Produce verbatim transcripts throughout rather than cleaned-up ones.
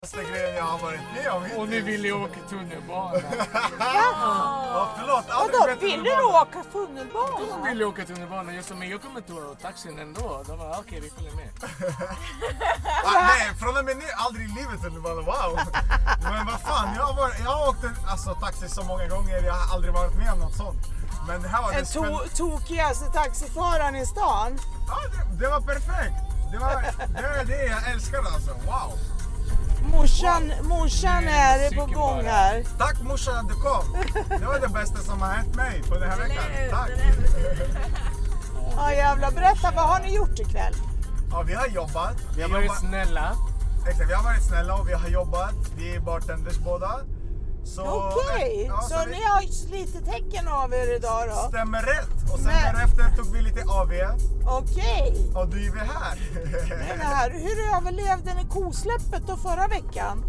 Bästa grejen jag har varit med om hittills. Och ni ville ju åka tunnelbana. Ja, förlåt. Vadå, ville du åka tunnelbana? De ville åka tunnelbana. Jag sa, men jag kommer inte ta taxin ändå. De var okej, okay, vi följer med. ah, nej, från och med nu, aldrig i livet tunnelbana, wow. Men vad fan, jag har, varit, jag har åkt en, alltså, taxi så många gånger, jag har aldrig varit med om något sånt. Men det här var den to- tokigaste taxiföraren i stan. Ja, det, det var perfekt. Det var det, var det jag älskade alltså, wow. Morsan, morsan är på gång här. Tack morsan att du kom. Det var det bästa som har hänt mig på den här veckan. Tack. Ja jävlar, berätta, vad har ni gjort ikväll? Ja, vi har jobbat. Vi har varit jobbat. snälla. Exakt, vi har varit snälla och vi har jobbat. Vi är bartenders båda. Okej, okay. ja, så, så vi... ni har lite tecken av er idag då? Stämmer rätt. Och sen Men... därefter tog vi lite A V. Okej. Okay. Och du är vi här. Men det här. Hur överlevde ni kosläppet då förra veckan?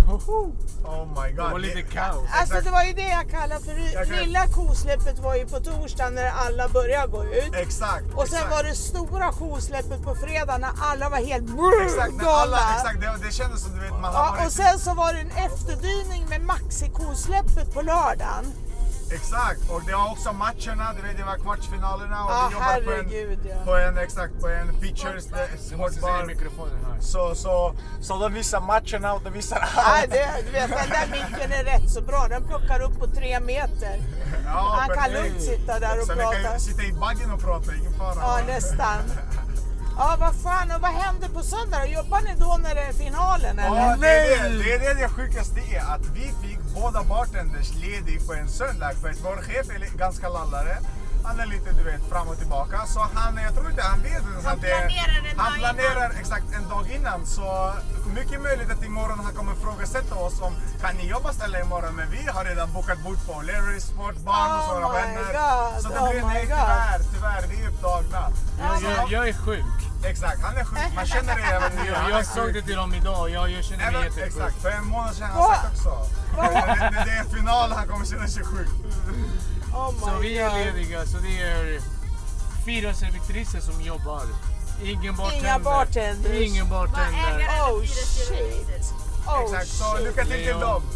Oh my god. Det var lite kaos. Alltså det var ju det jag kallar för jag kan... lilla kosläppet var ju på torsdagen när alla började gå ut. Exakt. Och sen exakt. var det stora kosläppet på fredag när alla var helt brrr, exakt, när alla, exakt. Det, det kändes som du vet man har ja, varit... Och sen så var det en efterdyning med Maxi-kosläppet på lördagen. Exakt, och det var också matcherna, du vet det var kvartsfinalerna och ah, vi jobbade på en, ja. på en, exakt, på en features sportbar. Mikrofonen här. Så, så, så de visar matcherna och de visar allt. Nej, det, du vet, den där micken är rätt så bra, den plockar upp på tre meter. Ja, han kan lugnt sitta där och så prata. Så vi kan sitta i baggen och prata, ingen fara. Ja, nästan. Ja, vad fan, och vad händer på söndag? Jobbar ni då när det är finalen eller? Ja, det är det, det, är det, det sjukaste är att vi fick båda bartenders ledig på en söndag för att vår chef är ganska lallare. Han är lite, du vet, fram och tillbaka. Så han, jag tror inte han vet. Han planerar en Han dag planerar innan. exakt en dag innan. Så mycket möjligt att imorgon han kommer frågasätta oss om kan ni jobba ställa imorgon. Men vi har redan bokat bort på Larry's Sportbarn och sådana oh vänner. God, Så det oh blir nej tyvärr, tyvärr, vi är upptagna. Jag, jag, jag är sjuk. Exakt, han är sjuk. Man känner det även nu. Jag, jag såg det till dem idag. Jag, jag känner mig jättesjuk. Exakt, för en månad sedan har han sagt också. När det är final han kommer känna sig sjuk. Oh så vi är lediga, så det är fyra servitriser som jobbar. Ingen bartender. Inga bartenders. Ingen bartender. Oh shit. Oh, exakt, så shit. lycka till till dem.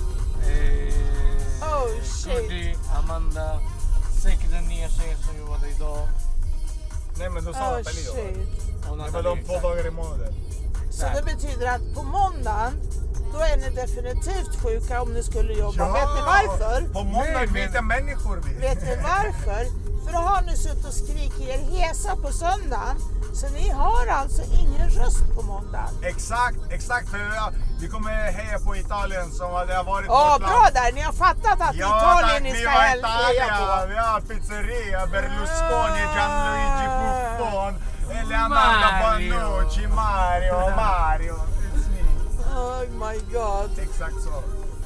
Eh, oh shit. Cody, Amanda, säkert den nya tjejen som jobbade idag. Nej men du sa oh, Nathalie då. Det var de två dagar i månaden. Så det betyder att på måndagen då är ni definitivt sjuka om ni skulle jobba. Ja, vet ni varför? På måndag vet jag människor vi. Vet ni varför? För då har ni suttit och skrikit er hesa på söndagen. Så ni har alltså ingen röst på måndag. Exakt, exakt. För ja, vi kommer heja på Italien som det har varit Åh, vårt bra land. där. Ni har fattat att ja, Italien tack, ni ska heja på. Vi har pizzeria, Berlusconi, Gianluigi Buffon, Leonardo Bonucci, Mario, Mario. It's me. Oh my god. Exakt så.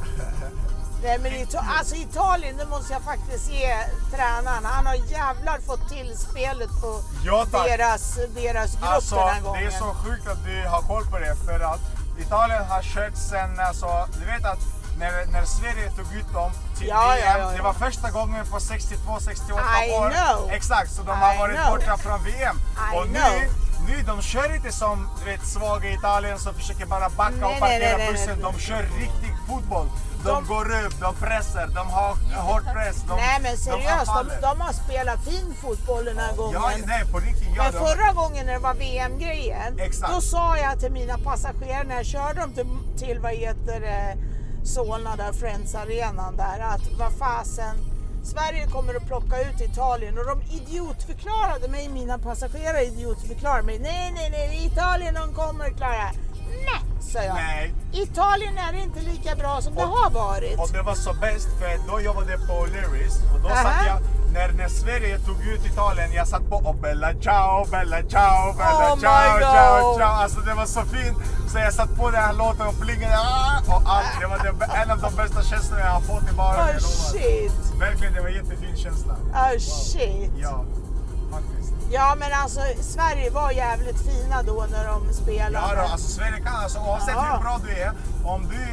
Nej men Ita- alltså Italien, det måste jag faktiskt ge tränaren. Han har jävlar fått till spelet på ja, deras, deras grupp alltså, den här gången. Det är så sjukt att du har koll på det för att Italien har kört sen, alltså, du vet att när, när Sverige tog ut dem till ja, V M, ja, ja, ja. det var första gången på sextiotvå sextioåtta I år. know. Exakt, så de I har varit know. borta från V M. I Och nu, nu de kör inte som du vet, svaga Italien som försöker bara backa nej, och parkera nej, nej, bussen. nej, nej. De kör riktig fotboll. De, de går upp, de pressar, de har hårt press. De, nej men seriöst, de, de, de har spelat fin fotboll den här gången. Ja, nej, på riktigt, ja, men de... förra gången när det var V M-grejen, exakt. Då sa jag till mina passagerare när jag körde dem till, till vad heter det, Solna där, Friends arenan där, att vad fasen, Sverige kommer att plocka ut Italien och de idiotförklarade mig, mina passagerare idiotförklarade mig, nej nej nej, Italien de kommer att klara. Nej, sa jag. Nej. Italien är inte lika bra som och, det har varit. Och det var så bäst för då jobbade jag på Larry's och då Aha. satt jag, när, när Sverige tog ut Italien, jag satt på och bella ciao, bella ciao, bella oh ciao, ciao, ciao. Alltså det var så fint. Så jag satt på den här låten och plingade ah, och allt. Det var det, en av de bästa känslorna jag har fått i baren. Oh shit. Verkligen, det var en jättefin känsla. Oh wow. Shit. Ja, faktiskt. Ja men alltså Sverige var jävligt fina då när de spelade. Ja då, alltså Sverige kan, alltså, oavsett ja. hur bra du är, om du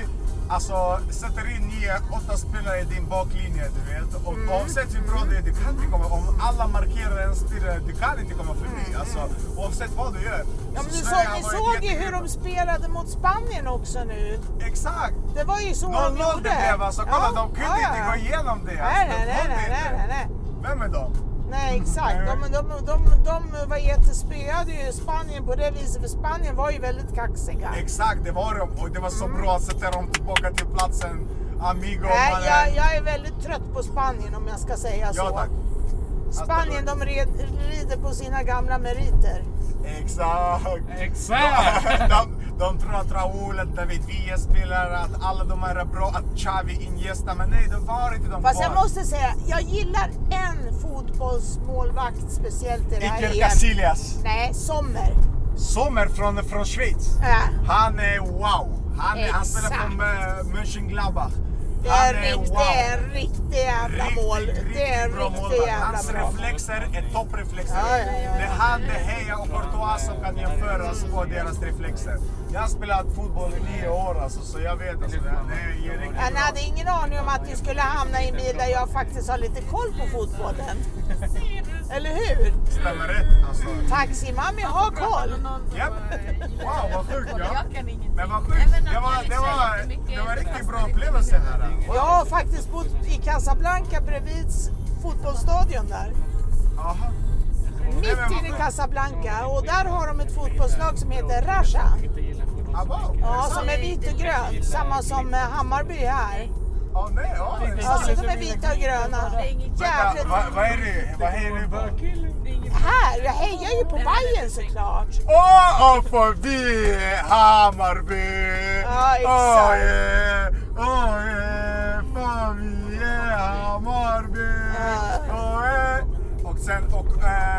Alltså, sätter in nio, åtta spelare i din baklinje, du vet. Och mm. oavsett hur bra det är, du kan inte komma. Om alla markerar en spelare, du kan inte komma förbi. Mm. Alltså, oavsett vad du gör. Ja, men du så, ni såg ju hur de spelade mot Spanien också nu. Exakt. Det var ju så de gjorde. Det blev alltså, kolla, ja. de kunde ja, ja. inte gå igenom det. Alltså, nej, nej, nej, nej, nej, nej. Vem är de? Nej, exakt. De, de, de, de, de var jättespöade ju Spanien på det viset, för Spanien var ju väldigt kaxiga. Exakt, det var de. Och det var så mm. bra att sätta dem tillbaka till platsen. Amigo. Nej, jag, jag är väldigt trött på Spanien, om jag ska säga så. Ja, tack. Spanien, de red, rider på sina gamla meriter. Exakt. Exakt. de, de tror att Raúl, att David Villa spelar, att alla de här är bra, att Xavi Iniesta, men nej, det var inte de. Fast jag måste säga, jag gillar en fotbollsmålvakt speciellt i det här. Iker Casillas. Nej, Sommer. Sommer från, från Schweiz. Ja. Han är wow. Han, är, han spelar från uh, Mönchengladbach. Det är, rikt, wow. det är riktigt jävla riktigt, mål. Riktigt det är riktigt jävla Hans bra. reflexer är toppreflexer. Ja, ja, ja. Det är han, det Heja och Courtois som kan jämföras på deras reflexer. Jag har spelat fotboll i nio år alltså, så jag vet alltså, det är, är riktigt Jag bra. hade ingen aning om att vi skulle hamna i en bil där jag faktiskt har lite koll på fotbollen. Eller hur? Stämmer rätt alltså. Taxi Mami har koll. Japp. Wow, vad sjukt ja. Jag kan ingenting. Men vad sjukt. Det var, det var, det var en riktigt bra upplevelse här. Wow. Jag har faktiskt bott i Casablanca bredvid fotbollsstadion där. Aha. Mitt inne i Casablanca, och där har de ett fotbollslag som heter Raja. Ja, som är vit och grön, samma som Hammarby här. Ja, nej, ja. Alltså de är vita och gröna. Jävligt. Vad va är det? Vad är det på? Här, jag hejar ju på Bayern såklart. Åh, och förbi Hammarby. Ja, exakt. Åh, yeah. Åh, yeah. Fan, yeah. Hammarby. Åh, yeah. Och sen, och,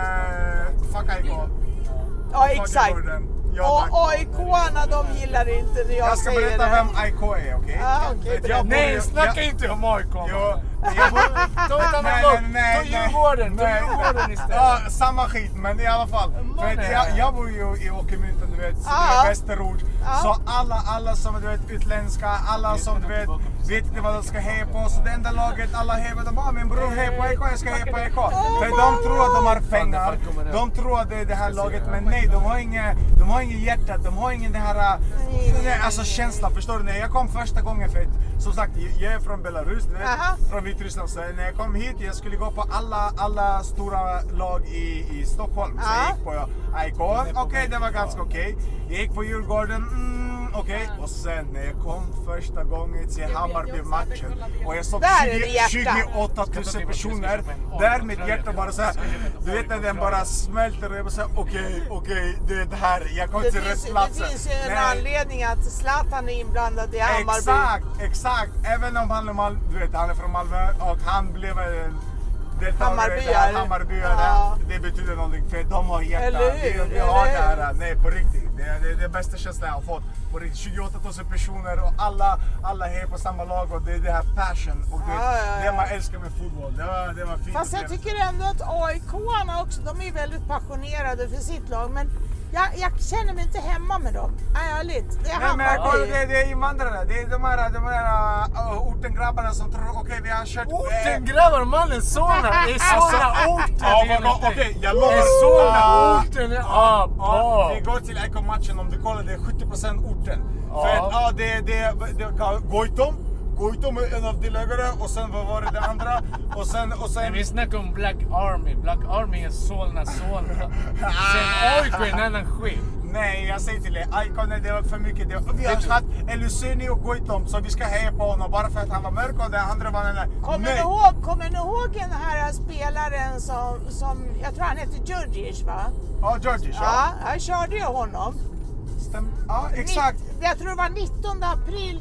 äh, fuck A I K. Ja, exakt. Ja, och A I K-arna, de gillar inte när jag, jag ska säger det. berätta vem A I K är, okej? Okay? Ah, okay. Nej, snacka jag, inte om A I K. Jo, jag bor, ta ett annat lag. Ta Djurgården. Ta Djurgården istället. Ja, samma skit, men i alla fall. För jag, jag bor ju i Åkermynten, du vet, ah. Västerort. Ah. Så alla, alla som du vet, utländska, alla som du vet, vet inte vad de ska heja på. Så det enda laget, alla hejar, de bara, min bror hejar på A I K, jag ska heja på A I K. Oh, för de tror att de har pengar, de tror att det är det här laget, men nej, de har inget, de har ingen hjärta, de har ingen det här, alltså känsla, förstår du? När jag kom första gången, för som sagt, jag är från Belarus, du vet, aha. Från Vitryssland, så när jag kom hit, jag skulle gå på alla, alla stora lag i, i Stockholm, så jag gick på A I K, okej, okay, det var ganska okej, okay. Jag gick på Djurgården, mm, okej, okay. Och sen när jag kom första gången till Hammarby-matchen och jag såg tjugoåtta tusen personer, där mitt hjärta bara så här, du vet när den bara smälter och jag bara så här, okej, okay, okej, okay, det är det här, jag kom till rätt plats. Det finns ju en Nej. anledning att Zlatan är inblandad i Hammarby. Exakt, exakt, även om han är, Mal- du vet, han är från Malmö och han blev en Hammarbyare. Hammarbyare. Ja. Det betyder någonting, för de har hjärta. Eller hur? Vi, vi har det här, nej på riktigt. Det är det, det bästa känslan jag har fått. På riktigt, tjugoåtta tusen personer och alla, alla är på samma lag och det är det här passion. Och det, ja, ja, ja. det man älskar med fotboll. Det var, det var fint. Fast jag tycker ändå att A I K-arna också, de är väldigt passionerade för sitt lag. Men jag, jag känner mig inte hemma med dem. Ärligt. Det är Nej, men det, det är invandrare. Det är de här, de här uh, ortengrabbarna som tror, okej okay, vi har kört... Ortengrabbar, mannen, Solna. Det är Solna orten. Okej, okay, jag lovar. Det är Solna orten. Ja, ja, vi går till A I K-matchen, om du kollar, det är sjuttio procent orten. Ja. För att, ja, det är det, det, Goitom. Goitom är en av delägare och sen vad var det det andra? Och sen, och sen... Men vi snackar om Black Army. Black Army är Solna, Solna. Sen A I K är en annan skit. Nej, jag säger till dig, A I K, nej, det var för mycket. Det, vi har haft Eluseni och Goitom, så vi ska heja på honom bara för att han var mörk och den andra var den. Kommer ni ihåg, kommer ni ihåg den här spelaren som, som jag tror han heter Djurdjic, va? Ja, Djurdjic, ja. Ja, jag körde ju honom. Stäm, ja, exakt. Ni, jag tror det var nittonde april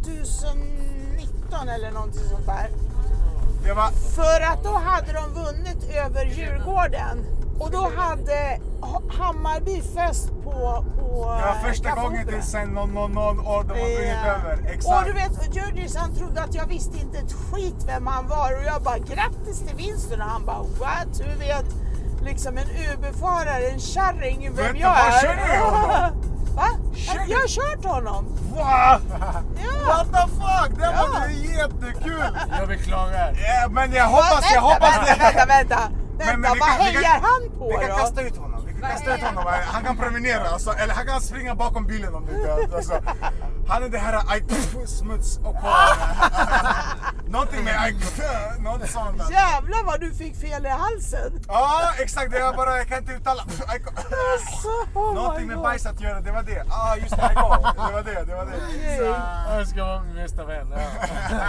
tjugonitton eller någonting sånt där. Det var... För att då hade de vunnit över Djurgården. Och då hade Hammarby fest på, på ja, första gången till sen någon, någon, någon år de har vunnit ja. över. Exakt. Och du vet, Djurdjic, han trodde att jag visste inte ett skit vem han var. Och jag bara, grattis till vinsten. Och han bara, what? Du vet, liksom en U B-förare, en kärring, vem vet jag du, är. Känner du honom? Va? Känner... Jag har kört honom. Va? Ja. What the fuck? jättekul! Jag beklagar. Ja, men jag hoppas, jag vänta, hoppas vänta, vänta, vänta. Men, Vänta, men vi vad kan- vi hejar kan- han på Vi kan då? kasta ut honom. Vi kan kasta ut honom. Han kan promenera. Alltså, eller han kan springa bakom bilen om det inte. Alltså, han är det här aj, pff, smuts och kvar. Någonting med aj, pff, något sånt. Alltså. Jävlar vad du fick fel i halsen. Ja, exakt. Det var bara, jag kan inte uttala. Aj, Oh någonting my med God. bajs att göra, det var det. Ja, ah, just det. Här går. Det var det, det var det. Okej. Så, Jag ska vara min bästa vän. Ja.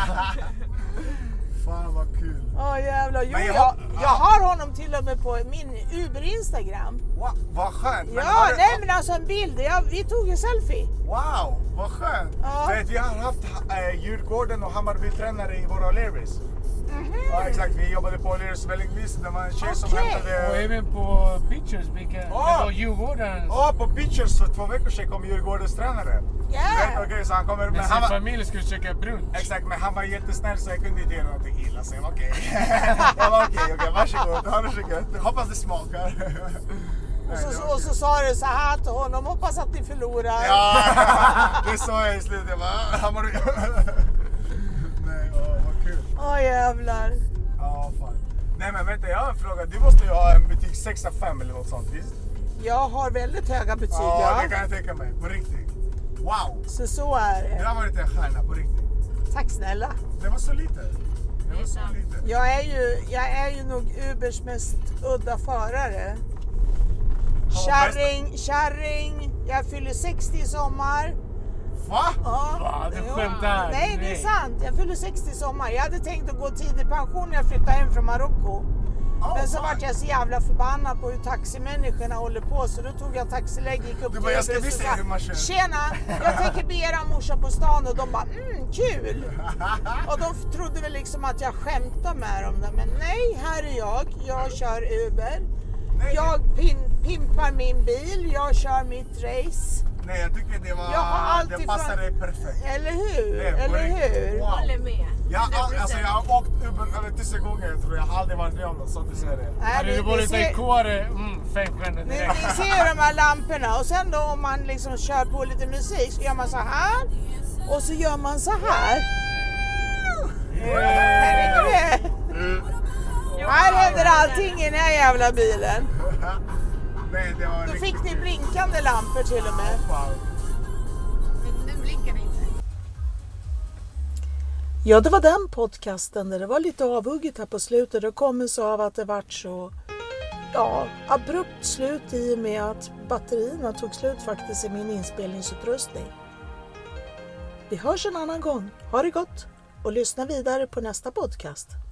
fan vad kul. Åh jävlar. Jo, Men jag jag, har- jag har honom till och med på min Uber-Instagram. Wow, vad skönt. Men Ja, har du- nej men alltså en bild. Ja, vi tog en selfie. Wow, vad skönt! Ja. Vet, vi har haft äh, Djurgården och Hammarby-tränare i våra O'Learys. Ja exakt, vi jobbade på O'Learys väldigt mysigt. Det var en tjej som Okej. Och hämtade... även på Pictures, vilka, det Åh! var Djurgårdens. Ja, på Pitchers för två veckor sedan kom Djurgårdens tränare. Ja. Vet, Okej, så han kommer... Med Men sin han var, familj skulle käka brunch. exakt, men han var jättesnäll så jag kunde inte göra någonting illa. Så jag var okej. jag var okej, okej, varsågod. Ha det så gött. Hoppas det smakar. Och så, och så sa du så här till honom. Hoppas att ni förlorar. Ja, det sa jag i slutet. Jag bara, Hammarby. Nej, åh, vad kul. Åh jävlar. Ja, fan. Nej men vänta, jag har en fråga. Du måste ju ha en betyg sex av fem eller något sånt, visst? Jag har väldigt höga betyg. Ja, Ja, det kan jag tänka mig. På riktigt. Wow! Så så är Du det. har varit en stjärna, på riktigt. Tack snälla. Det var så lite. Det var så lite. Jag är ju, jag är ju nog Ubers mest udda förare. Kärring, kärring. Jag fyller sextio i sommar. Va? Ja. Va, du Ja. skämtar? Nej, det är Nej. sant. Jag fyller sextio i sommar. Jag hade tänkt att gå tidig pension när jag flyttade hem från Marocko. Oh, Men så fan. vart jag så jävla förbannad på hur taximänniskorna håller på så då tog jag taxilägg, gick upp Du bara, jag ska Uber och så visa sa, hur man kör. tjena, jag tänker be era morsa på stan och de bara, mm, kul. Och de trodde väl liksom att jag skämtade med dem där. Men nej, här är jag, jag kör Uber. Nej. Jag pin, pimpar min bil, jag kör mitt race. Nej, jag tycker det var... Jag har alltid det passar från- dig perfekt. Eller hur? Det är på Eller riktigt. hur? Wow. Håller med. Jag, har- hundra procent. alltså, jag har åkt Uber över tusen gånger, jag tror jag. har aldrig varit med om något sånt, du säger det. Nej, Hade ni- du ni varit ser- i kåre, mm, fem stjärnor Ni, direkt. ni ser ju de här lamporna och sen då om man liksom kör på lite musik så gör man så här och så gör man så här. Herregud. Här händer allting i den här jävla bilen. Nej, det var Då riktigt fick ni kul. blinkande lampor till och med. Wow. Men nu blinkar det inte. Ja, det var den podcasten där det var lite avhugget här på slutet. Det kommer så av att det vart så ja, abrupt slut i och med att batterierna tog slut faktiskt i min inspelningsutrustning. Vi hörs en annan gång. Ha det gott och lyssna vidare på nästa podcast.